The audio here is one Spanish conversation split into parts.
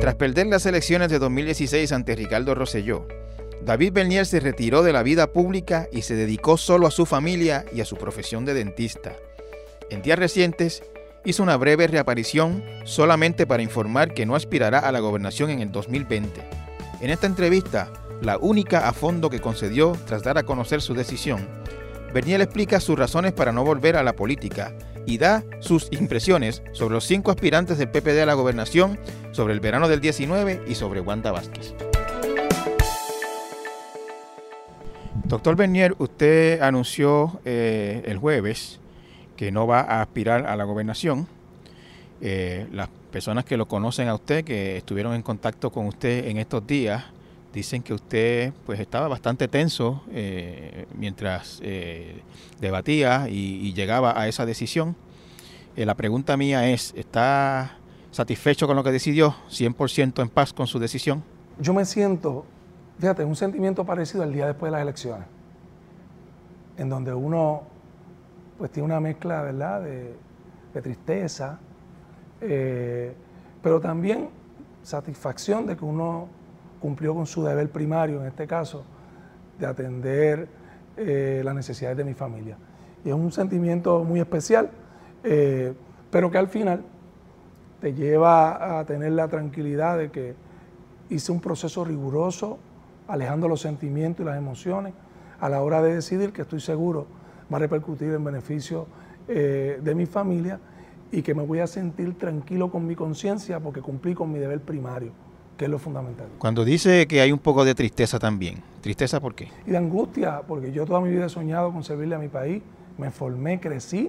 Tras perder las elecciones de 2016 ante Ricardo Rosselló, David Bernier se retiró de la vida pública y se dedicó solo a su familia y a su profesión de dentista. En días recientes, hizo una breve reaparición solamente para informar que no aspirará a la gobernación en el 2020. En esta entrevista, la única a fondo que concedió tras dar a conocer su decisión, Bernier explica sus razones para no volver a la política y da sus impresiones sobre los 5 aspirantes del PPD a la gobernación, sobre el verano del 19 y sobre Wanda Vázquez. Doctor Bernier, usted anunció el jueves que no va a aspirar a la gobernación. Las personas que lo conocen a usted, que estuvieron en contacto con usted en estos días, dicen que usted pues estaba bastante tenso mientras debatía y llegaba a esa decisión. La pregunta mía es, ¿está satisfecho con lo que decidió? ¿100% en paz con su decisión? Yo me siento, fíjate, un sentimiento parecido al día después de las elecciones, en donde uno pues tiene una mezcla, ¿verdad?, de tristeza, pero también satisfacción de que uno cumplió con su deber primario, en este caso, de atender las necesidades de mi familia. Y es un sentimiento muy especial, pero que al final te lleva a tener la tranquilidad de que hice un proceso riguroso, alejando los sentimientos y las emociones, a la hora de decidir, que estoy seguro va a repercutir en beneficio de mi familia y que me voy a sentir tranquilo con mi conciencia porque cumplí con mi deber primario, que es lo fundamental. Cuando dice que hay un poco de tristeza también, ¿tristeza por qué? Y de angustia, porque yo toda mi vida he soñado con servirle a mi país, me formé, crecí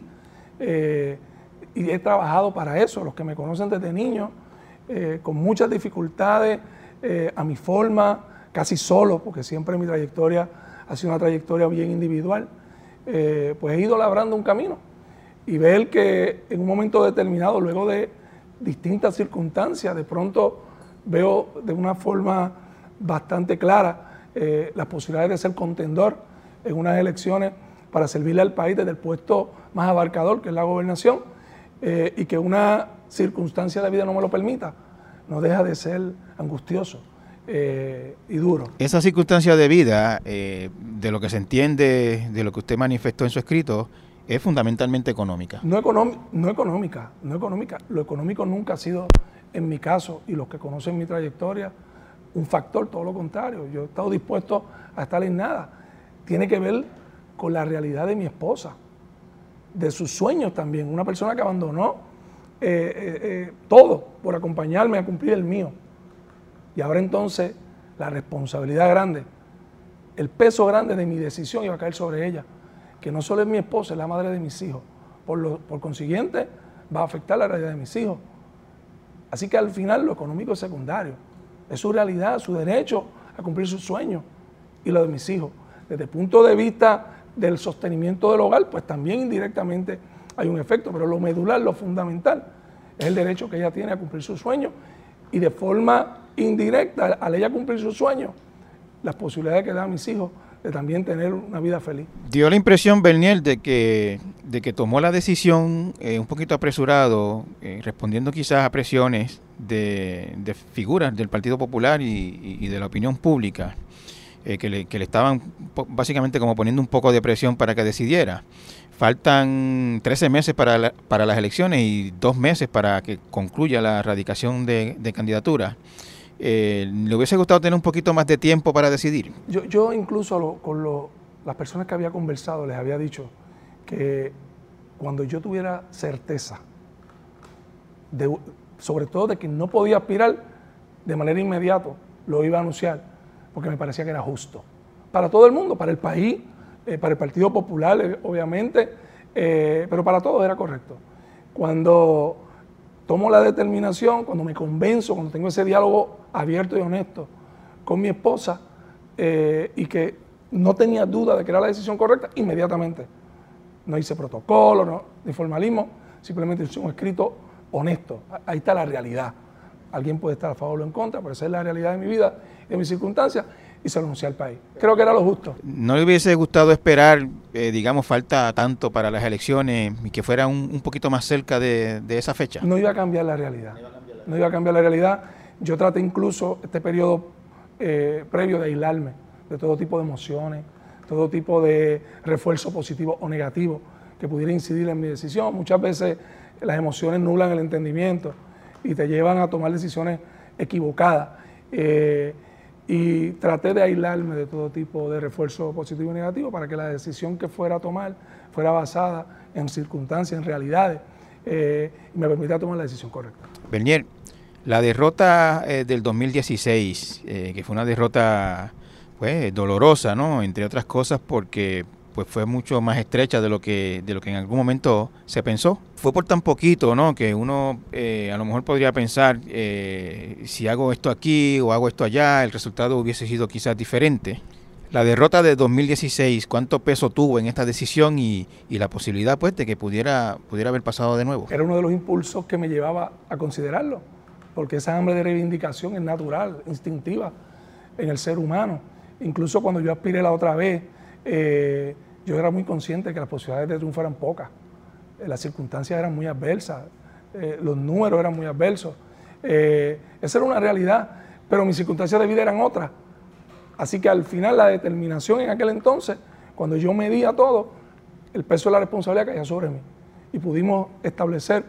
y he trabajado para eso. Los que me conocen desde niño, con muchas dificultades, a mi forma, casi solo, porque siempre mi trayectoria ha sido una trayectoria bien individual, pues he ido labrando un camino y ver que en un momento determinado, luego de distintas circunstancias, de pronto veo de una forma bastante clara las posibilidades de ser contendor en unas elecciones para servirle al país desde el puesto más abarcador, que es la gobernación, y que una circunstancia de vida no me lo permita, no deja de ser angustioso y duro. Esa circunstancia de vida, de lo que se entiende, de lo que usted manifestó en su escrito, es fundamentalmente económica. No económica. Lo económico nunca ha sido, en mi caso, y los que conocen mi trayectoria, un factor, todo lo contrario. Yo he estado dispuesto a estar en nada. Tiene que ver con la realidad de mi esposa, de sus sueños también. Una persona que abandonó todo por acompañarme a cumplir el mío. Y ahora entonces la responsabilidad grande, el peso grande de mi decisión iba a caer sobre ella, que no solo es mi esposa, es la madre de mis hijos. Por consiguiente, va a afectar la realidad de mis hijos. Así que al final lo económico es secundario. Es su realidad, su derecho a cumplir sus sueños y lo de mis hijos. Desde el punto de vista del sostenimiento del hogar, pues también indirectamente hay un efecto, pero lo medular, lo fundamental, es el derecho que ella tiene a cumplir sus sueños y de forma indirecta, al ella cumplir sus sueños, las posibilidades que da a mis hijos de también tener una vida feliz. Dio la impresión, Bernier, de que tomó la decisión un poquito apresurado, respondiendo quizás a presiones de figuras del Partido Popular y de la opinión pública, que le estaban básicamente como poniendo un poco de presión para que decidiera. Faltan 13 meses para las elecciones y 2 meses para que concluya la radicación de candidatura. ¿Le hubiese gustado tener un poquito más de tiempo para decidir? Yo incluso las personas que había conversado les había dicho que cuando yo tuviera certeza, sobre todo de que no podía aspirar de manera inmediata, lo iba a anunciar, porque me parecía que era justo. Para todo el mundo, para el país, para el Partido Popular, obviamente, pero para todos era correcto. Cuando tomo la determinación, cuando me convenzo, cuando tengo ese diálogo abierto y honesto con mi esposa y que no tenía duda de que era la decisión correcta, inmediatamente. No hice protocolo, ni formalismo, simplemente hice un escrito honesto. Ahí está la realidad. Alguien puede estar a favor o en contra, pero esa es la realidad de mi vida y de mis circunstancias, y se lo anuncié al país. Creo que era lo justo. ¿No le hubiese gustado esperar, falta tanto para las elecciones y que fuera un poquito más cerca de esa fecha? No iba a cambiar la realidad. No iba a cambiar la realidad. Yo traté incluso este periodo previo de aislarme de todo tipo de emociones, todo tipo de refuerzo positivo o negativo que pudiera incidir en mi decisión. Muchas veces las emociones nublan el entendimiento y te llevan a tomar decisiones equivocadas. Y traté de aislarme de todo tipo de refuerzo positivo y negativo para que la decisión que fuera a tomar fuera basada en circunstancias, en realidades, y me permitiera tomar la decisión correcta. Bernier, la derrota del 2016, que fue una derrota pues dolorosa, ¿no? Entre otras cosas porque pues fue mucho más estrecha de lo que en algún momento se pensó. Fue por tan poquito, ¿no? Que uno a lo mejor podría pensar si hago esto aquí o hago esto allá, el resultado hubiese sido quizás diferente. La derrota de 2016, ¿cuánto peso tuvo en esta decisión y la posibilidad pues de que pudiera haber pasado de nuevo? Era uno de los impulsos que me llevaba a considerarlo, porque esa hambre de reivindicación es natural, instintiva en el ser humano. Incluso cuando yo aspiré la otra vez, yo era muy consciente de que las posibilidades de triunfo eran pocas. Las circunstancias eran muy adversas, los números eran muy adversos. Esa era una realidad, pero mis circunstancias de vida eran otras. Así que al final la determinación en aquel entonces, cuando yo medía todo, el peso de la responsabilidad caía sobre mí. Y pudimos establecer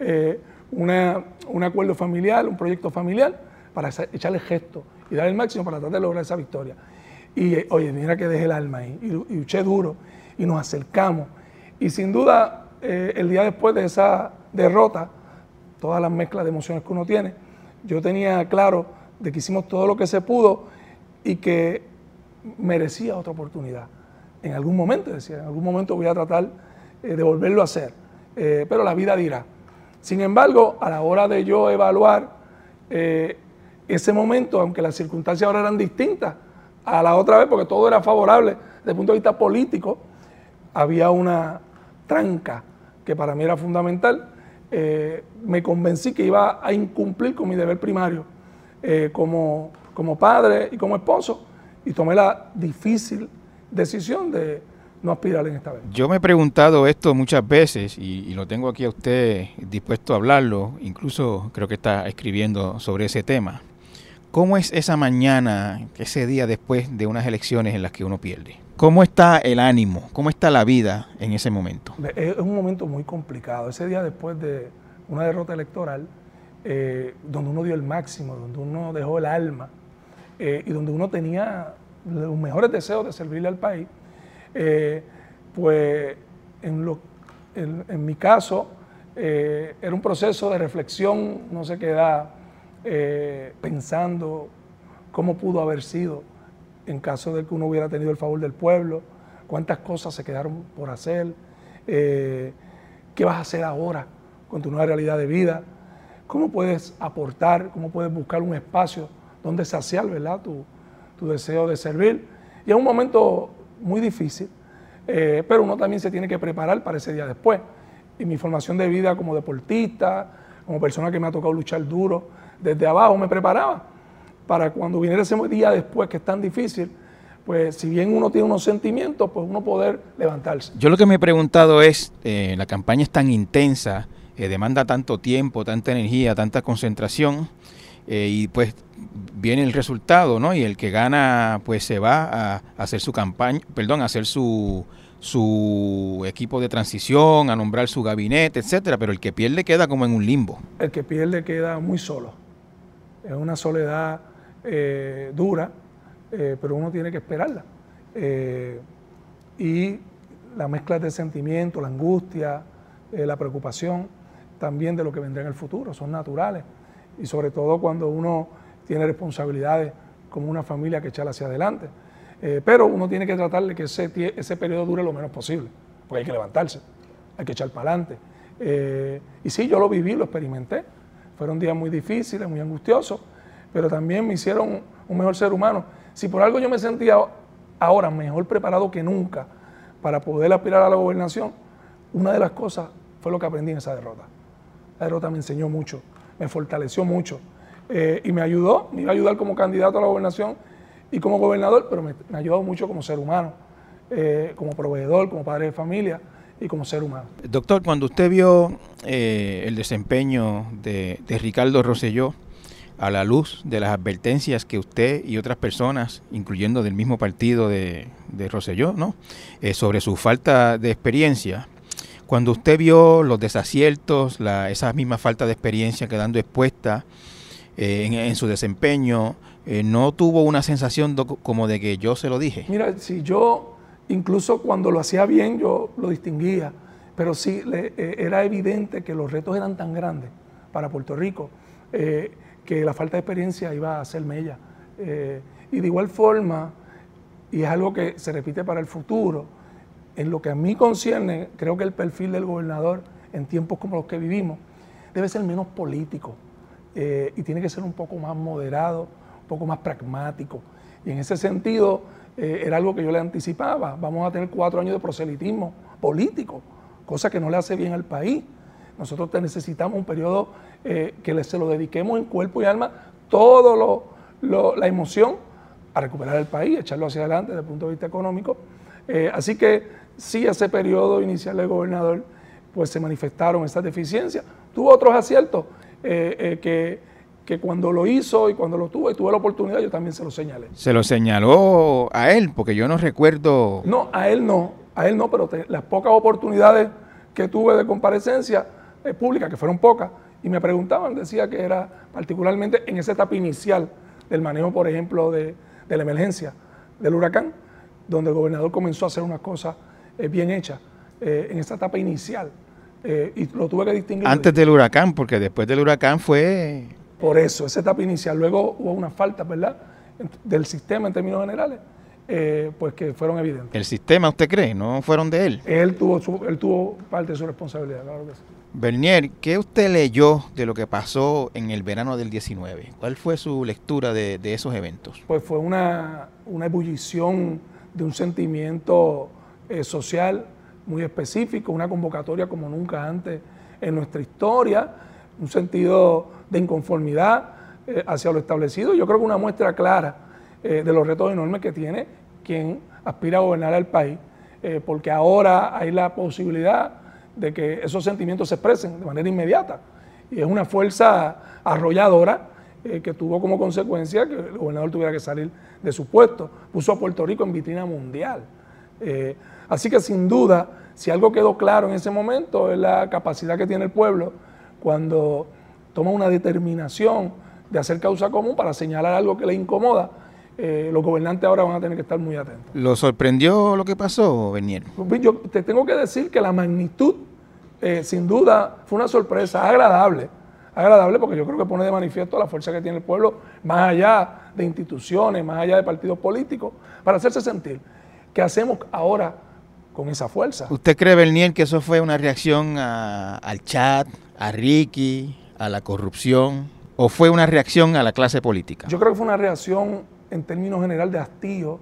un acuerdo familiar, un proyecto familiar, para echarle gesto y dar el máximo para tratar de lograr esa victoria. Y oye, mira que dejé el alma ahí, y luché duro, y nos acercamos. Y sin duda, el día después de esa derrota, todas las mezclas de emociones que uno tiene, yo tenía claro de que hicimos todo lo que se pudo y que merecía otra oportunidad. En algún momento, decía, en algún momento voy a tratar de volverlo a hacer, pero la vida dirá. Sin embargo, a la hora de yo evaluar ese momento, aunque las circunstancias ahora eran distintas a la otra vez, porque todo era favorable desde el punto de vista político, había una tranca que para mí era fundamental. Me convencí que iba a incumplir con mi deber primario como padre y como esposo, y tomé la difícil decisión de no aspirar en esta vez. Yo me he preguntado esto muchas veces y lo tengo aquí a usted dispuesto a hablarlo, incluso creo que está escribiendo sobre ese tema. ¿Cómo es esa mañana, ese día después de unas elecciones en las que uno pierde? ¿Cómo está el ánimo? ¿Cómo está la vida en ese momento? Es un momento muy complicado. Ese día después de una derrota electoral, donde uno dio el máximo, donde uno dejó el alma y donde uno tenía los mejores deseos de servirle al país, pues en mi caso era un proceso de reflexión, no se queda pensando cómo pudo haber sido en caso de que uno hubiera tenido el favor del pueblo, cuántas cosas se quedaron por hacer, qué vas a hacer ahora con tu nueva realidad de vida, cómo puedes aportar, cómo puedes buscar un espacio donde saciar, ¿verdad?, tu deseo de servir. Y es un momento muy difícil, pero uno también se tiene que preparar para ese día después. Y mi formación de vida como deportista, como persona que me ha tocado luchar duro, desde abajo me preparaba para cuando viniera ese día después que es tan difícil, pues si bien uno tiene unos sentimientos, pues uno poder levantarse. Yo lo que me he preguntado es, la campaña es tan intensa, demanda tanto tiempo, tanta energía, tanta concentración, y pues viene el resultado, ¿no? Y el que gana pues se va a hacer su campaña, a hacer su equipo de transición, a nombrar su gabinete, etcétera, pero el que pierde queda como en un limbo. El que pierde queda muy solo. Es una soledad dura, pero uno tiene que esperarla. Y la mezcla de sentimientos, la angustia, la preocupación también de lo que vendrá en el futuro, son naturales. Y sobre todo cuando uno tiene responsabilidades como una familia que echarla hacia adelante. Pero uno tiene que tratar de que ese periodo dure lo menos posible, porque hay que levantarse, hay que echar para adelante. Y sí, yo lo viví, lo experimenté. Fueron días muy difíciles, muy angustiosos, pero también me hicieron un mejor ser humano. Si por algo yo me sentía ahora mejor preparado que nunca para poder aspirar a la gobernación, una de las cosas fue lo que aprendí en esa derrota. La derrota me enseñó mucho, me fortaleció mucho y me ayudó, me iba a ayudar como candidato a la gobernación y como gobernador, pero me ha ayudado mucho como ser humano, como proveedor, como padre de familia y como ser humano. Doctor, cuando usted vio el desempeño de Ricardo Rosselló, a la luz de las advertencias que usted y otras personas, incluyendo del mismo partido de Rosselló, ¿no? Sobre su falta de experiencia, cuando usted vio los desaciertos, esa misma falta de experiencia quedando expuesta en su desempeño, ¿no tuvo una sensación como de que yo se lo dije? Mira, si yo, incluso cuando lo hacía bien, yo lo distinguía, pero sí era evidente que los retos eran tan grandes para Puerto Rico que la falta de experiencia iba a ser mella. Y de igual forma, y es algo que se repite para el futuro, en lo que a mí concierne, creo que el perfil del gobernador en tiempos como los que vivimos debe ser menos político y tiene que ser un poco más moderado, un poco más pragmático. Y en ese sentido era algo que yo le anticipaba. Vamos a tener 4 años de proselitismo político, cosa que no le hace bien al país. Nosotros necesitamos un periodo que se lo dediquemos en cuerpo y alma, toda la emoción a recuperar el país, echarlo hacia adelante desde el punto de vista económico. Así que sí, ese periodo inicial del gobernador, pues se manifestaron esas deficiencias. Tuvo otros aciertos que cuando lo hizo y cuando lo tuvo y tuve la oportunidad, yo también se lo señalé. ¿Se lo señaló a él? Porque yo no recuerdo... No, a él no, pero las pocas oportunidades que tuve de comparecencia pública, que fueron pocas, y me preguntaban, decía que era particularmente en esa etapa inicial del manejo, por ejemplo, de la emergencia del huracán, donde el gobernador comenzó a hacer unas cosas bien hechas en esa etapa inicial, y lo tuve que distinguir. Antes del huracán, porque después del huracán fue... Por eso, esa etapa inicial. Luego hubo unas faltas, ¿verdad?, del sistema en términos generales, pues que fueron evidentes. ¿El sistema, usted cree? ¿No fueron de él? Él tuvo parte de su responsabilidad, claro que sí. Bernier, ¿qué usted leyó de lo que pasó en el verano del 19? ¿Cuál fue su lectura de esos eventos? Pues fue una ebullición de un sentimiento social muy específico, una convocatoria como nunca antes en nuestra historia, un sentido de inconformidad hacia lo establecido. Yo creo que una muestra clara de los retos enormes que tiene quien aspira a gobernar al país, porque ahora hay la posibilidad de que esos sentimientos se expresen de manera inmediata. Y es una fuerza arrolladora que tuvo como consecuencia que el gobernador tuviera que salir de su puesto. Puso a Puerto Rico en vitrina mundial. Así que sin duda, si algo quedó claro en ese momento, es la capacidad que tiene el pueblo cuando toma una determinación de hacer causa común para señalar algo que le incomoda. Los gobernantes ahora van a tener que estar muy atentos. ¿Lo sorprendió lo que pasó, Bernier? Yo te tengo que decir que la magnitud, sin duda, fue una sorpresa agradable porque yo creo que pone de manifiesto la fuerza que tiene el pueblo, más allá de instituciones, más allá de partidos políticos, para hacerse sentir. ¿Qué hacemos ahora con esa fuerza? ¿Usted cree, Bernier, que eso fue una reacción al chat, a Ricky, a la corrupción, o fue una reacción a la clase política? Yo creo que fue una reacción en términos general de hastío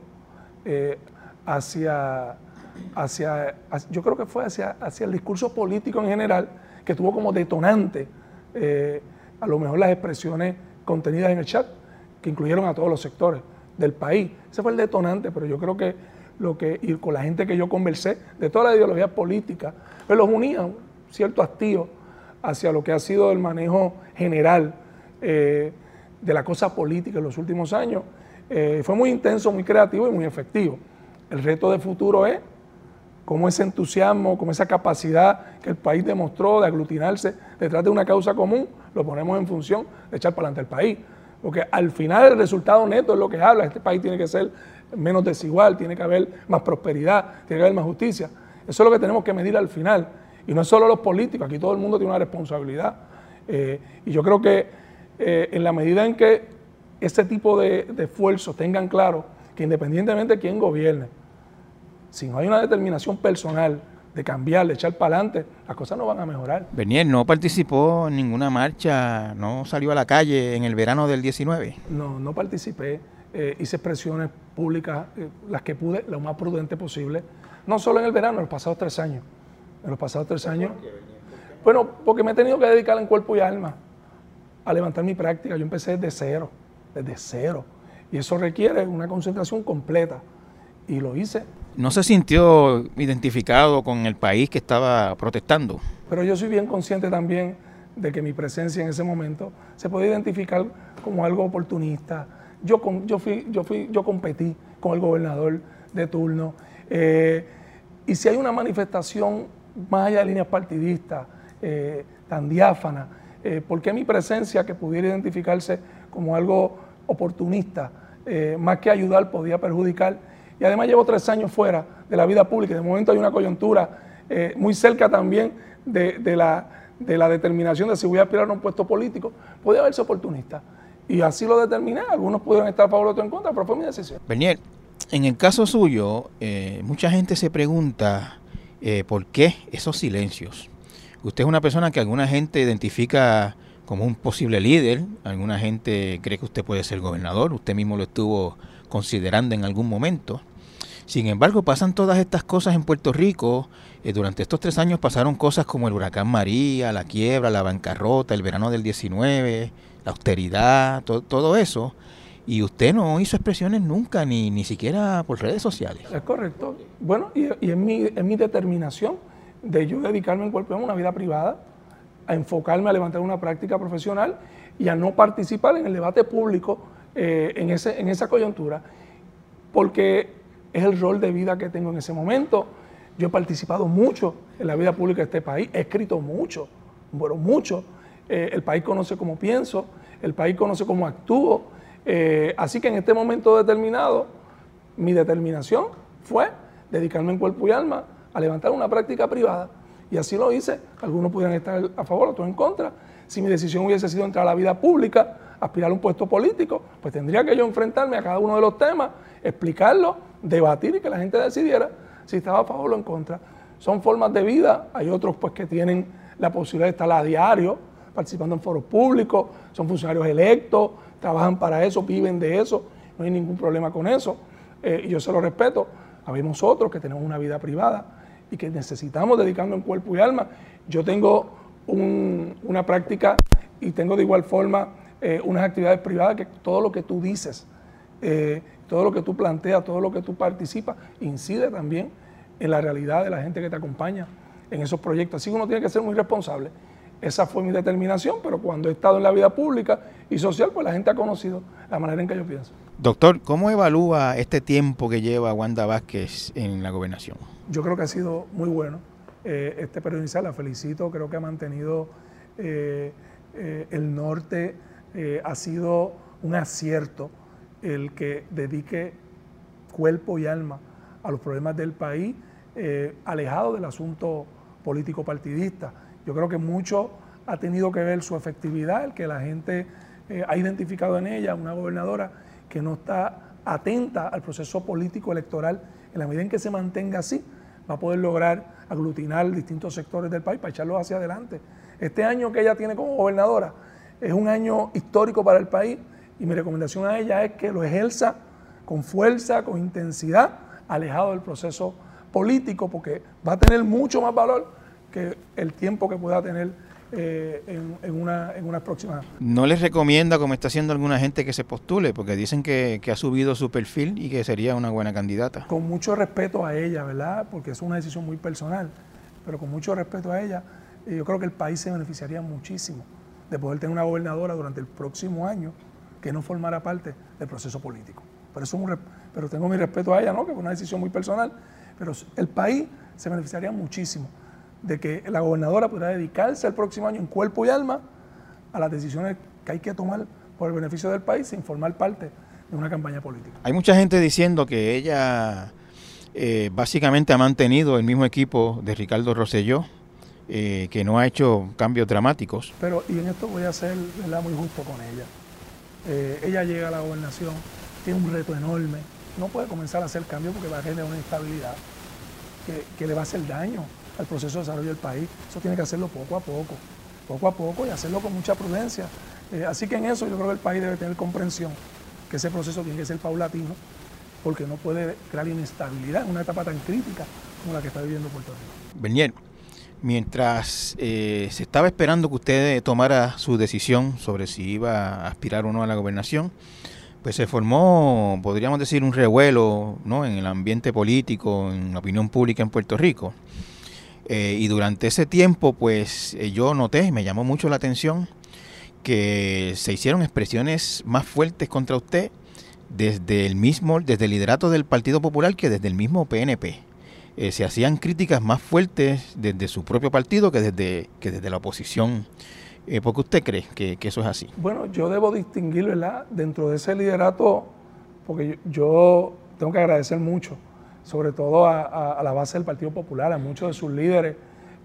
yo creo que fue hacia el discurso político en general, que tuvo como detonante a lo mejor las expresiones contenidas en el chat, que incluyeron a todos los sectores del país. Ese fue el detonante, pero yo creo que y con la gente que yo conversé, de todas las ideologías políticas, pues los unía un cierto hastío hacia lo que ha sido el manejo general de la cosa política en los últimos años. Fue muy intenso, muy creativo y muy efectivo. El reto de futuro es cómo ese entusiasmo, cómo esa capacidad que el país demostró de aglutinarse detrás de una causa común, lo ponemos en función de echar para adelante el país. Porque al final el resultado neto es lo que habla. Este país tiene que ser menos desigual, tiene que haber más prosperidad, tiene que haber más justicia. Eso es lo que tenemos que medir al final. Y no es solo los políticos, aquí todo el mundo tiene una responsabilidad. Y yo creo que en la medida en que ese tipo de esfuerzos tengan claro que independientemente de quién gobierne, si no hay una determinación personal de cambiar, de echar para adelante, las cosas no van a mejorar. Bernier, ¿no participó en ninguna marcha, no salió a la calle en el verano del 19? No participé, hice expresiones públicas, las que pude, lo más prudente posible, no solo en el verano, en los pasados 3 años. En los pasados 3 años. Bueno, porque me he tenido que dedicar en cuerpo y alma a levantar mi práctica. Yo empecé desde cero. Y eso requiere una concentración completa. Y lo hice. ¿No se sintió identificado con el país que estaba protestando? Pero yo soy bien consciente también de que mi presencia en ese momento se puede identificar como algo oportunista. Yo competí con el gobernador de turno. Y si hay una manifestación más allá de líneas partidistas, tan diáfana, ¿por qué mi presencia, que pudiera identificarse como algo oportunista, más que ayudar, podía perjudicar? Y además llevo 3 años fuera de la vida pública y de momento hay una coyuntura muy cerca también de la determinación de si voy a aspirar a un puesto político. Podía verse oportunista y así lo determiné. Algunos pudieron estar a favor, otros en contra, pero fue mi decisión. Bernier, en el caso suyo, mucha gente se pregunta por qué esos silencios. Usted es una persona que alguna gente identifica como un posible líder, alguna gente cree que usted puede ser gobernador, usted mismo lo estuvo considerando en algún momento. Sin embargo, pasan todas estas cosas en Puerto Rico. Durante estos 3 años pasaron cosas como el huracán María, la quiebra, la bancarrota, el verano del 19, la austeridad, todo eso. Y usted no hizo expresiones nunca, ni siquiera por redes sociales. Es correcto. Bueno, y es mi determinación de yo dedicarme en cuerpo y alma a una vida privada, a enfocarme a levantar una práctica profesional y a no participar en el debate público en esa coyuntura, porque es el rol de vida que tengo en ese momento. Yo he participado mucho en la vida pública de este país, he escrito mucho, bueno, mucho. El país conoce cómo pienso, el país conoce cómo actúo. Así que en este momento determinado, mi determinación fue dedicarme en cuerpo y alma a levantar una práctica privada. Y así lo hice. Algunos pudieran estar a favor, otros en contra. Si mi decisión hubiese sido entrar a la vida pública, aspirar a un puesto político, pues tendría que yo enfrentarme a cada uno de los temas, explicarlo, debatir y que la gente decidiera si estaba a favor o en contra. Son formas de vida. Hay otros pues que tienen la posibilidad de estar a diario participando en foros públicos, son funcionarios electos, trabajan para eso, viven de eso, no hay ningún problema con eso, y yo se lo respeto. Habemos otros que tenemos una vida privada y que necesitamos dedicarnos en cuerpo y alma. Yo tengo una práctica y tengo de igual forma unas actividades privadas que todo lo que tú dices, todo lo que tú planteas, todo lo que tú participas, incide también en la realidad de la gente que te acompaña en esos proyectos. Así que uno tiene que ser muy responsable. Esa fue mi determinación, pero cuando he estado en la vida pública y social, pues la gente ha conocido la manera en que yo pienso. Doctor, ¿cómo evalúa este tiempo que lleva Wanda Vázquez en la gobernación? Yo creo que ha sido muy bueno. Este periodo inicial, la felicito, creo que ha mantenido el norte, ha sido un acierto el que dedique cuerpo y alma a los problemas del país, alejado del asunto político partidista. Yo creo que mucho ha tenido que ver su efectividad, el que la gente ha identificado en ella una gobernadora que no está atenta al proceso político electoral. En la medida en que se mantenga así, va a poder lograr aglutinar distintos sectores del país para echarlos hacia adelante. Este año que ella tiene como gobernadora es un año histórico para el país y mi recomendación a ella es que lo ejerza con fuerza, con intensidad, alejado del proceso político, porque va a tener mucho más valor que el tiempo que pueda tener en unas próximas. ¿No les recomienda, como está haciendo alguna gente, que se postule? Porque dicen que ha subido su perfil y que sería una buena candidata. Con mucho respeto a ella, ¿verdad? Porque es una decisión muy personal, pero con mucho respeto a ella, yo creo que el país se beneficiaría muchísimo de poder tener una gobernadora durante el próximo año que no formara parte del proceso político. Pero tengo mi respeto a ella, ¿no? Que es una decisión muy personal, pero el país se beneficiaría muchísimo de que la gobernadora pudiera dedicarse el próximo año en cuerpo y alma a las decisiones que hay que tomar por el beneficio del país sin formar parte de una campaña política. Hay mucha gente diciendo que ella básicamente ha mantenido el mismo equipo de Ricardo Rosselló, que no ha hecho cambios dramáticos. Pero, y en esto voy a ser, ¿verdad?, muy justo con ella. Ella llega a la gobernación, tiene un reto enorme, no puede comenzar a hacer cambios porque va a generar una instabilidad que le va a hacer daño al proceso de desarrollo del país. Eso tiene que hacerlo poco a poco y hacerlo con mucha prudencia. Así que en eso yo creo que el país debe tener comprensión, que ese proceso tiene que ser paulatino, porque no puede crear inestabilidad en una etapa tan crítica como la que está viviendo Puerto Rico. Bernier, mientras se estaba esperando que usted tomara su decisión sobre si iba a aspirar o no a la gobernación, pues se formó, podríamos decir, un revuelo, ¿no?, en el ambiente político, en la opinión pública en Puerto Rico. Y durante ese tiempo, pues yo noté, me llamó mucho la atención, que se hicieron expresiones más fuertes contra usted desde el liderato del Partido Popular que desde el mismo PNP. Se hacían críticas más fuertes desde su propio partido que desde la oposición. ¿Por qué usted cree que eso es así? Bueno, yo debo distinguir, ¿verdad?, dentro de ese liderato, porque yo tengo que agradecer mucho, sobre todo a la base del Partido Popular, a muchos de sus líderes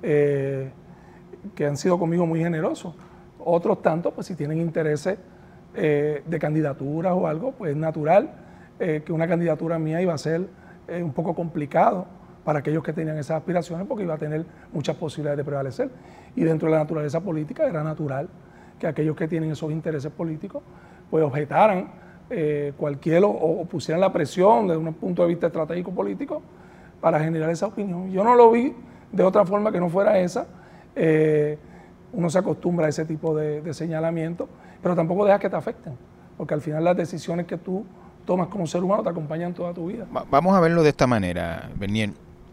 que han sido conmigo muy generosos. Otros tantos, pues si tienen intereses de candidaturas o algo, pues es natural que una candidatura mía iba a ser un poco complicado para aquellos que tenían esas aspiraciones, porque iba a tener muchas posibilidades de prevalecer. Y dentro de la naturaleza política era natural que aquellos que tienen esos intereses políticos pues objetaran cualquier o pusieran la presión desde un punto de vista estratégico político para generar esa opinión. Yo no lo vi de otra forma que no fuera esa. Uno se acostumbra a ese tipo de señalamiento, pero tampoco dejas que te afecten, porque al final las decisiones que tú tomas como ser humano te acompañan toda tu vida. Vamos a verlo de esta manera, Bernier.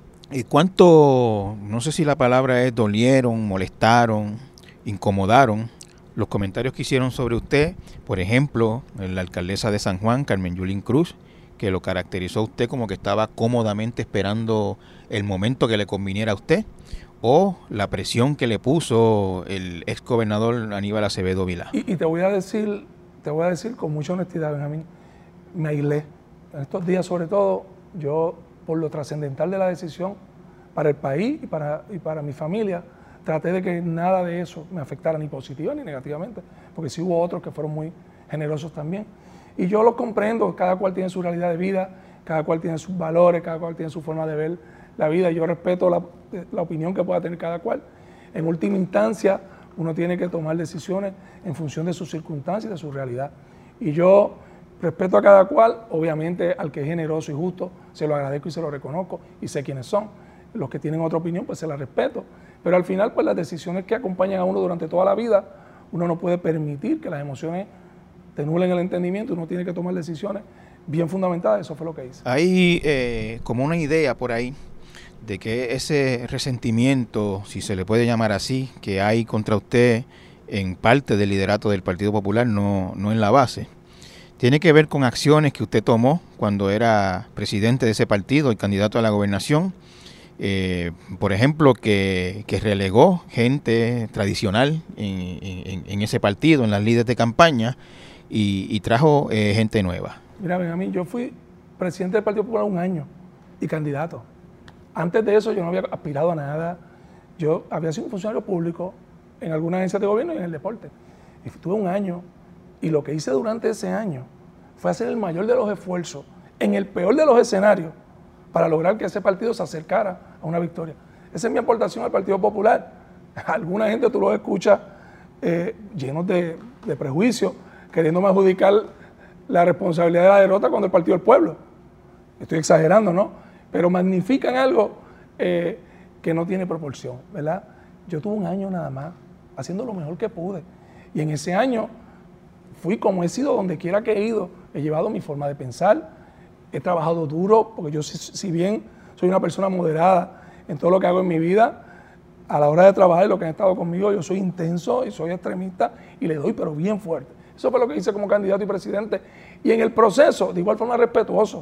¿Cuánto, no sé si la palabra es dolieron, molestaron, incomodaron los comentarios que hicieron sobre usted? Por ejemplo, la alcaldesa de San Juan, Carmen Yulín Cruz, que lo caracterizó a usted como que estaba cómodamente esperando el momento que le conviniera a usted, o la presión que le puso el ex gobernador Aníbal Acevedo Vilá. Y te voy a decir con mucha honestidad, Benjamín, me aislé. En estos días, sobre todo, yo, por lo trascendental de la decisión para el país y para mi familia, traté de que nada de eso me afectara ni positiva ni negativamente, porque sí hubo otros que fueron muy generosos también. Y yo los comprendo, cada cual tiene su realidad de vida, cada cual tiene sus valores, cada cual tiene su forma de ver la vida. Yo respeto la opinión que pueda tener cada cual. En última instancia, uno tiene que tomar decisiones en función de sus circunstancias y de su realidad. Y yo respeto a cada cual, obviamente al que es generoso y justo, se lo agradezco y se lo reconozco y sé quiénes son. Los que tienen otra opinión, pues se la respeto. Pero al final, pues las decisiones que acompañan a uno durante toda la vida, uno no puede permitir que las emociones te nulen el entendimiento, uno tiene que tomar decisiones bien fundamentadas. Eso fue lo que hice. Hay como una idea por ahí de que ese resentimiento, si se le puede llamar así, que hay contra usted en parte del liderato del Partido Popular, no en la base. Tiene que ver con acciones que usted tomó cuando era presidente de ese partido y candidato a la gobernación. Por ejemplo, que relegó gente tradicional en ese partido, en las líderes de campaña, y trajo gente nueva. Mira, Benjamín, yo fui presidente del Partido Popular un año y candidato. Antes de eso yo no había aspirado a nada. Yo había sido un funcionario público en alguna agencia de gobierno y en el deporte. Y estuve un año, y lo que hice durante ese año fue hacer el mayor de los esfuerzos, en el peor de los escenarios, para lograr que ese partido se acercara a una victoria. Esa es mi aportación al Partido Popular. Alguna gente tú los escuchas llenos de prejuicios, queriéndome adjudicar la responsabilidad de la derrota cuando el Partido del Pueblo. Estoy exagerando, ¿no? Pero magnifican algo que no tiene proporción, ¿verdad? Yo tuve un año nada más haciendo lo mejor que pude. Y en ese año fui como he sido donde quiera que he ido. He llevado mi forma de pensar, he trabajado duro, porque yo si bien soy una persona moderada en todo lo que hago en mi vida, a la hora de trabajar y lo que han estado conmigo, yo soy intenso y soy extremista y le doy, pero bien fuerte. Eso fue lo que hice como candidato y presidente. Y en el proceso, de igual forma, respetuoso.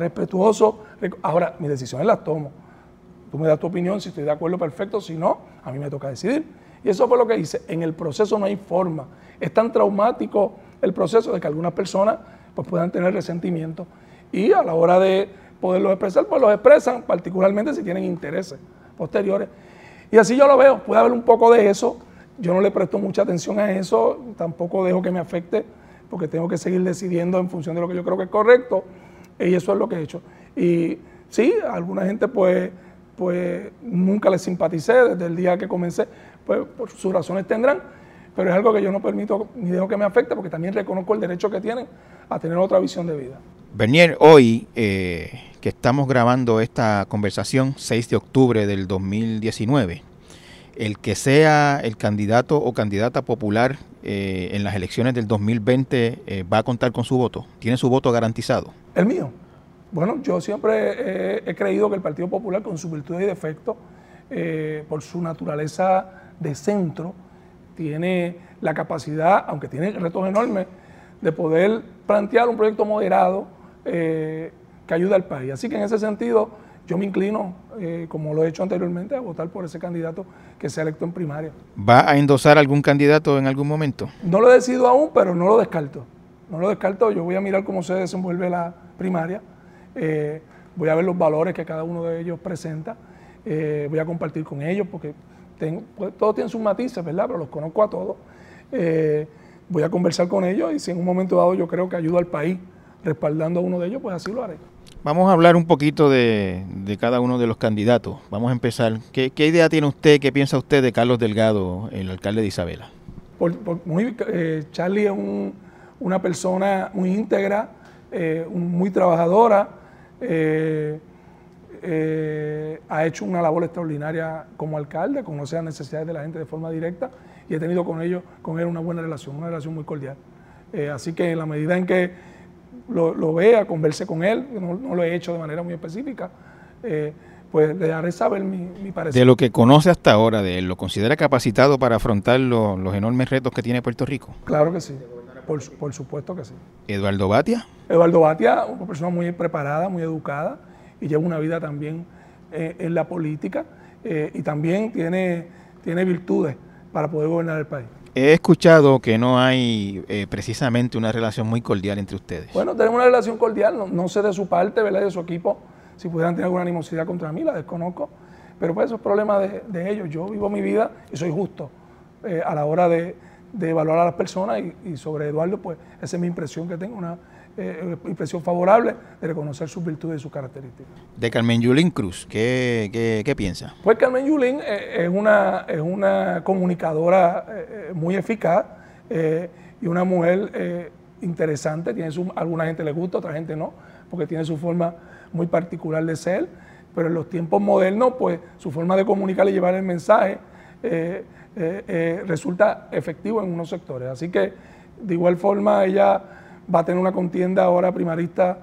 Ahora, mis decisiones las tomo. Tú me das tu opinión, si estoy de acuerdo, perfecto. Si no, a mí me toca decidir. Y eso fue lo que hice. En el proceso no hay forma. Es tan traumático el proceso de que algunas personas pues, puedan tener resentimiento. Y a la hora de poderlos expresar, pues los expresan, particularmente si tienen intereses posteriores. Y así yo lo veo. Puede haber un poco de eso. Yo no le presto mucha atención a eso. Tampoco dejo que me afecte, porque tengo que seguir decidiendo en función de lo que yo creo que es correcto. Y eso es lo que he hecho. Y sí, a alguna gente pues nunca les simpaticé desde el día que comencé, pues por sus razones tendrán, pero es algo que yo no permito ni dejo que me afecte, porque también reconozco el derecho que tienen a tener otra visión de vida. Bernier, hoy que estamos grabando esta conversación, 6 de octubre del 2019, el que sea el candidato o candidata popular en las elecciones del 2020 va a contar con su voto, ¿tiene su voto garantizado? ¿El mío? Bueno, yo siempre he creído que el Partido Popular, con sus virtudes y defectos, por su naturaleza de centro, tiene la capacidad, aunque tiene retos enormes, de poder plantear un proyecto moderado que ayude al país. Así que en ese sentido yo me inclino, como lo he hecho anteriormente, a votar por ese candidato que sea electo en primaria. ¿Va a endosar algún candidato en algún momento? No lo he decidido aún, pero no lo descarto. No lo descarto, yo voy a mirar cómo se desenvuelve la primaria, voy a ver los valores que cada uno de ellos presenta, voy a compartir con ellos porque pues, todos tienen sus matices, ¿verdad? Pero los conozco a todos. Voy a conversar con ellos y si en un momento dado yo creo que ayudo al país respaldando a uno de ellos, pues así lo haré. Vamos a hablar un poquito de cada uno de los candidatos. Vamos a empezar. ¿Qué idea tiene usted, qué piensa usted de Carlos Delgado, el alcalde de Isabela? Charlie es una persona muy íntegra, muy trabajadora, ha hecho una labor extraordinaria como alcalde, conoce las necesidades de la gente de forma directa y he tenido con él una buena relación, una relación muy cordial. Así que en la medida en que lo vea, converse con él, no lo he hecho de manera muy específica, pues le haré saber mi parecer. De lo que conoce hasta ahora de él, ¿lo considera capacitado para afrontar los enormes retos que tiene Puerto Rico? Claro que sí, por supuesto que sí. ¿Eduardo Batia? Eduardo Batia, una persona muy preparada, muy educada y lleva una vida también en la política y también tiene virtudes para poder gobernar el país. He escuchado que no hay precisamente una relación muy cordial entre ustedes. Bueno, tenemos una relación cordial, no sé de su parte, ¿verdad? De su equipo, si pudieran tener alguna animosidad contra mí, la desconozco, pero pues eso es problema de ellos. Yo vivo mi vida y soy justo a la hora de evaluar a las personas y sobre Eduardo, pues esa es mi impresión que tengo, una impresión favorable de reconocer sus virtudes y sus características. De Carmen Yulín Cruz, ¿qué piensa? Pues Carmen Yulín es una comunicadora muy eficaz y una mujer interesante. Alguna gente le gusta, otra gente no, porque tiene su forma muy particular de ser, pero en los tiempos modernos, pues su forma de comunicar y llevar el mensaje resulta efectivo en unos sectores. Así que de igual forma ella va a tener una contienda ahora primarista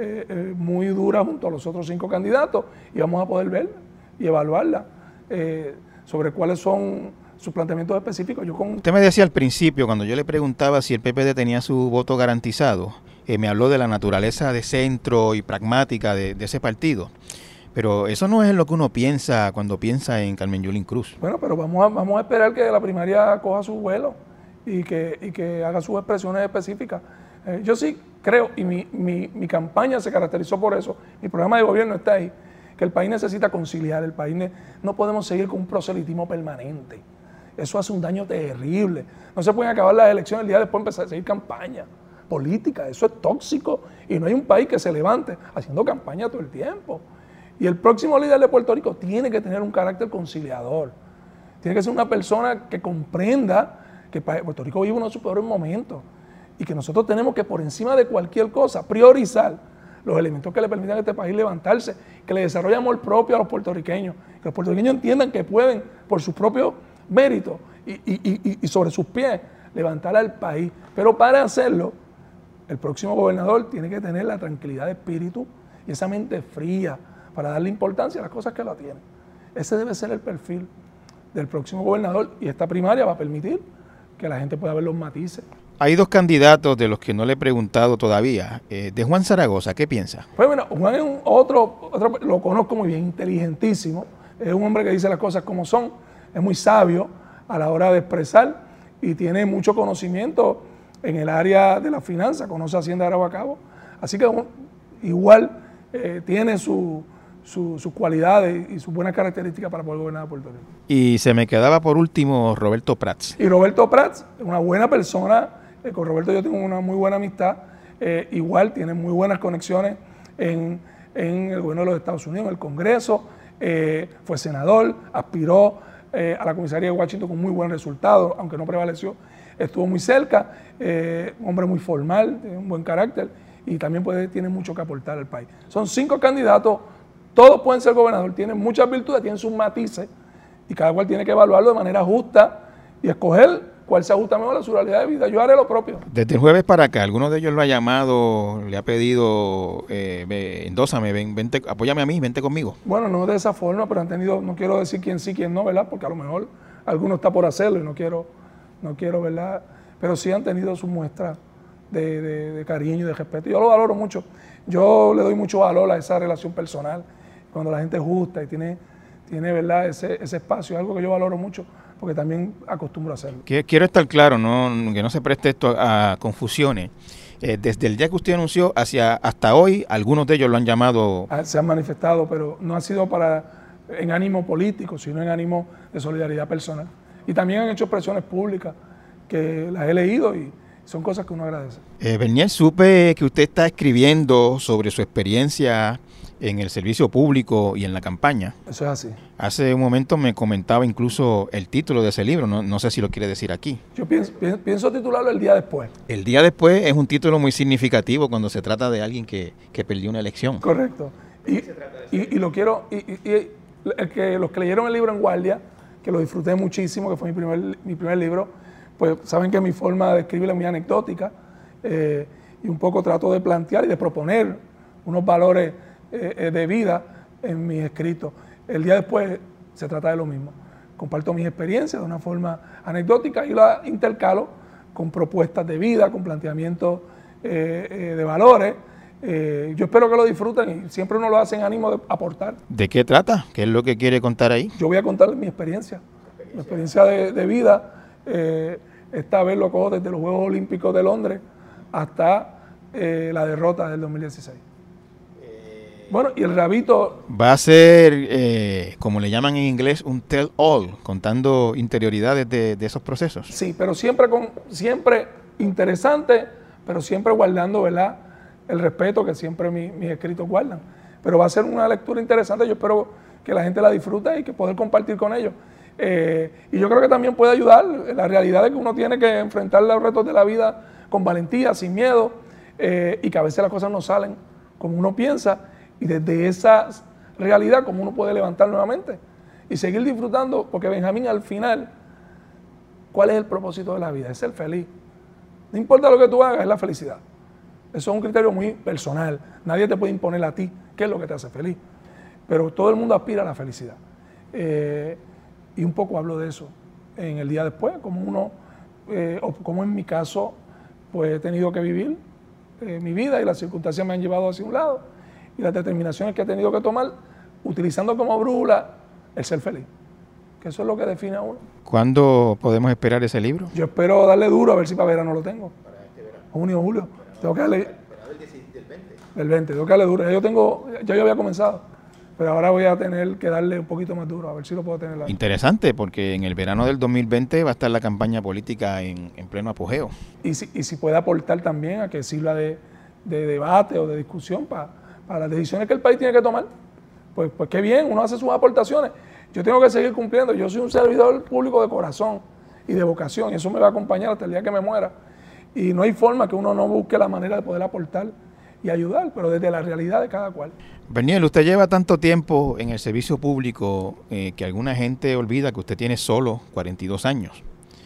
muy dura junto a los otros 5 candidatos y vamos a poder ver y evaluarla sobre cuáles son sus planteamientos específicos. Usted me decía al principio, cuando yo le preguntaba si el PPD tenía su voto garantizado, me habló de la naturaleza de centro y pragmática de ese partido. Pero eso no es lo que uno piensa cuando piensa en Carmen Yulín Cruz. Bueno, pero vamos a esperar que la primaria coja su vuelo y que haga sus expresiones específicas. Yo sí creo, y mi campaña se caracterizó por eso, mi programa de gobierno está ahí, que el país necesita conciliar, el país no podemos seguir con un proselitismo permanente. Eso hace un daño terrible. No se pueden acabar las elecciones el día después empezar a seguir campaña política, eso es tóxico y no hay un país que se levante haciendo campaña todo el tiempo. Y el próximo líder de Puerto Rico tiene que tener un carácter conciliador, tiene que ser una persona que comprenda que Puerto Rico vive uno de sus peores momentos y que nosotros tenemos que por encima de cualquier cosa priorizar los elementos que le permitan a este país levantarse, que le desarrolle amor propio a los puertorriqueños, que los puertorriqueños entiendan que pueden por sus propios méritos y sobre sus pies levantar al país. Pero para hacerlo, el próximo gobernador tiene que tener la tranquilidad de espíritu y esa mente fría para darle importancia a las cosas que la tienen. Ese debe ser el perfil del próximo gobernador y esta primaria va a permitir que la gente pueda ver los matices. Hay 2 candidatos de los que no le he preguntado todavía. De Juan Zaragoza, ¿qué piensa? Pues bueno, Juan es otro, lo conozco muy bien, inteligentísimo. Es un hombre que dice las cosas como son, es muy sabio a la hora de expresar y tiene mucho conocimiento en el área de la finanza, conoce Hacienda de Arabo a Cabo. Así que igual tiene sus cualidades y sus buenas características para poder gobernar a Puerto Rico. Y se me quedaba por último Roberto Prats. Y Roberto Prats es una buena persona, con Roberto yo tengo una muy buena amistad, igual tiene muy buenas conexiones en el gobierno de los Estados Unidos, en el Congreso, fue senador, aspiró a la comisaría de Washington con muy buen resultado, aunque no prevaleció, estuvo muy cerca, un hombre muy formal, tiene un buen carácter y también tiene mucho que aportar al país. Son 5 candidatos, todos pueden ser gobernador, tienen muchas virtudes, tienen sus matices y cada cual tiene que evaluarlo de manera justa y escoger cuál se ajusta mejor a su realidad de vida. Yo haré lo propio. Desde el jueves para acá, ¿alguno de ellos lo ha llamado, le ha pedido, endósame, vente, apóyame a mí, vente conmigo? Bueno, no de esa forma, pero han tenido, no quiero decir quién sí, quién no, ¿verdad? Porque a lo mejor alguno está por hacerlo y no quiero no quiero, ¿verdad? Pero sí han tenido su muestra de cariño y de respeto. Yo lo valoro mucho. Yo le doy mucho valor a esa relación personal, cuando la gente es justa y tiene ¿verdad? Ese espacio, es algo que yo valoro mucho, porque también acostumbro a hacerlo. Quiero estar claro, que no se preste esto a confusiones. Desde el día que usted anunció hasta hoy, algunos de ellos lo han llamado... Se han manifestado, pero no ha sido en ánimo político, sino en ánimo de solidaridad personal. Y también han hecho expresiones públicas que las he leído y son cosas que uno agradece. Bernier, supe que usted está escribiendo sobre su experiencia en el servicio público y en la campaña. Eso es así. Hace un momento me comentaba incluso el título de ese libro, no sé si lo quiere decir aquí. Yo pienso titularlo El día después. El día después es un título muy significativo cuando se trata de alguien que perdió una elección. Correcto. Y lo quiero, los que leyeron el libro en guardia, que lo disfruté muchísimo, que fue mi primer libro, pues saben que mi forma de escribir es muy anecdótica y un poco trato de plantear y de proponer unos valores de vida en mis escritos. El día después se trata de lo mismo. Comparto mis experiencias de una forma anecdótica y la intercalo con propuestas de vida, con planteamientos de valores. Yo espero que lo disfruten y siempre uno lo hace en ánimo de aportar. ¿De qué trata? ¿Qué es lo que quiere contar ahí? Yo voy a contar mi experiencia de vida. Esta vez lo cojo desde los Juegos Olímpicos de Londres hasta la derrota del 2016. Bueno, y el rabito... Va a ser, como le llaman en inglés, un tell all, contando interioridades de esos procesos. Sí, pero siempre interesante, pero siempre guardando, ¿verdad?, el respeto que siempre mis escritos guardan. Pero va a ser una lectura interesante, yo espero que la gente la disfrute y que poder compartir con ellos. Y yo creo que también puede ayudar la realidad de que uno tiene que enfrentar los retos de la vida con valentía, sin miedo, y que a veces las cosas no salen como uno piensa, y desde esa realidad como uno puede levantar nuevamente y seguir disfrutando, porque Benjamín, al final, ¿cuál es el propósito de la vida? Es ser feliz. No importa lo que tú hagas, es la felicidad. Eso es un criterio muy personal. Nadie te puede imponer a ti qué es lo que te hace feliz. Pero todo el mundo aspira a la felicidad. Y un poco hablo de eso en el día después, como como en mi caso, pues he tenido que vivir mi vida y las circunstancias me han llevado hacia un lado y las determinaciones que he tenido que tomar, utilizando como brújula el ser feliz. Que eso es lo que define a uno. ¿Cuándo podemos esperar ese libro? Yo espero darle duro a ver si para verano lo tengo. Para este verano. Junio, julio. Tengo que darle... Del 20, tengo que darle duro. Ya yo había comenzado, pero ahora voy a tener que darle un poquito más duro, a ver si lo puedo tener ahí. Interesante, porque en el verano del 2020 va a estar la campaña política en pleno apogeo. Y si puede aportar también a que sirva de debate o de discusión para las decisiones que el país tiene que tomar, pues qué bien, uno hace sus aportaciones. Yo tengo que seguir cumpliendo, yo soy un servidor público de corazón y de vocación, y eso me va a acompañar hasta el día que me muera. Y no hay forma que uno no busque la manera de poder aportar y ayudar, pero desde la realidad de cada cual. Bernier, usted lleva tanto tiempo en el servicio público que alguna gente olvida que usted tiene solo 42 años.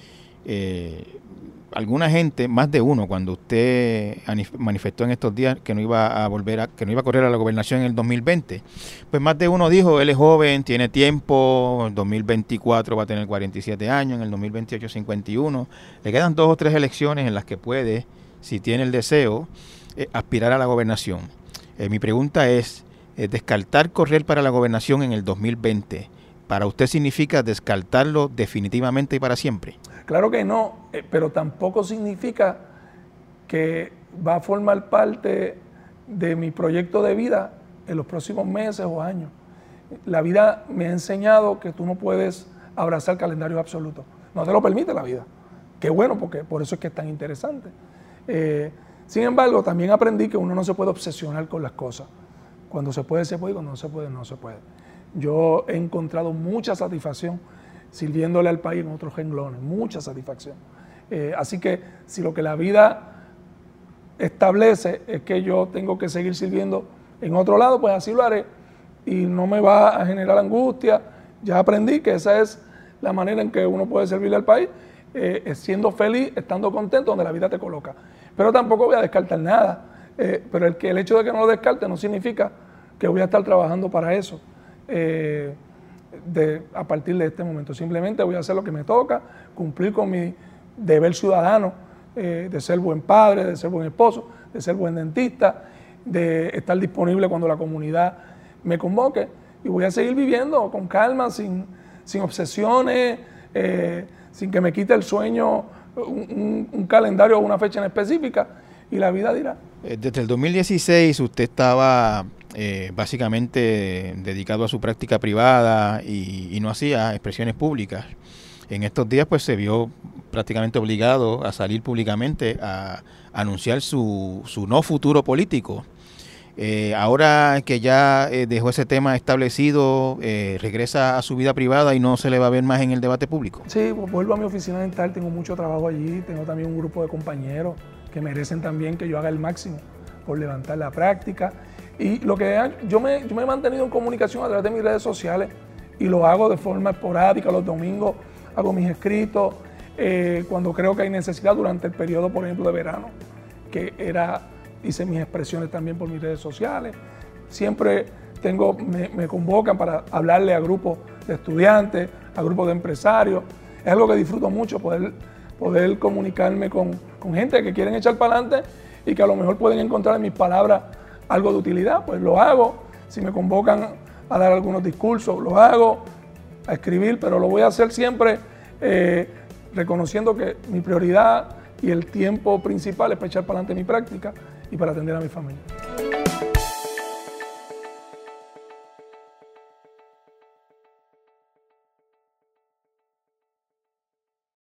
Alguna gente, más de uno, cuando usted manifestó en estos días que no iba a correr a la gobernación en el 2020, pues más de uno dijo, él es joven, tiene tiempo, en 2024 va a tener 47 años, en el 2028 51, le quedan 2 o 3 elecciones en las que puede, si tiene el deseo, aspirar a la gobernación. Mi pregunta es, descartar correr para la gobernación en el 2020, ¿para usted significa descartarlo definitivamente y para siempre? Claro que no, pero tampoco significa que va a formar parte de mi proyecto de vida en los próximos meses o años. La vida me ha enseñado que tú no puedes abrazar calendarios absolutos. No te lo permite la vida. Qué bueno, porque por eso es que es tan interesante. Sin embargo, también aprendí que uno no se puede obsesionar con las cosas. Cuando se puede, y cuando no se puede, no se puede. Yo he encontrado mucha satisfacción sirviéndole al país en otros renglones, mucha satisfacción. Así que si lo que la vida establece es que yo tengo que seguir sirviendo en otro lado, pues así lo haré y no me va a generar angustia. Ya aprendí que esa es la manera en que uno puede servirle al país, siendo feliz, estando contento donde la vida te coloca. Pero tampoco voy a descartar nada, pero el hecho de que no lo descarte no significa que voy a estar trabajando para eso. A partir de este momento. Simplemente voy a hacer lo que me toca, cumplir con deber ciudadano, de ser buen padre, de ser buen esposo, de ser buen dentista, de estar disponible cuando la comunidad me convoque, y voy a seguir viviendo con calma, sin obsesiones, sin que me quite el sueño un calendario o una fecha en específica, y la vida dirá. Desde el 2016 usted estaba básicamente dedicado a su práctica privada y no hacía expresiones públicas. En estos días pues se vio prácticamente obligado a salir públicamente a anunciar su no futuro político. Ahora que ya dejó ese tema establecido, regresa a su vida privada y no se le va a ver más en el debate público. Sí, pues vuelvo a mi oficina dental, tengo mucho trabajo allí, tengo también un grupo de compañeros que merecen también que yo haga el máximo por levantar la práctica. Y lo que yo me he mantenido en comunicación a través de mis redes sociales, y lo hago de forma esporádica. Los domingos hago mis escritos, cuando creo que hay necesidad, durante el periodo, por ejemplo, de verano, hice mis expresiones también por mis redes sociales. Siempre me convocan para hablarle a grupos de estudiantes, a grupos de empresarios. Es algo que disfruto mucho, poder comunicarme con gente que quieren echar para adelante y que a lo mejor pueden encontrar en mis palabras algo de utilidad. Pues lo hago. Si me convocan a dar algunos discursos, lo hago, a escribir, pero lo voy a hacer siempre reconociendo que mi prioridad y el tiempo principal es para echar para adelante mi práctica y para atender a mi familia.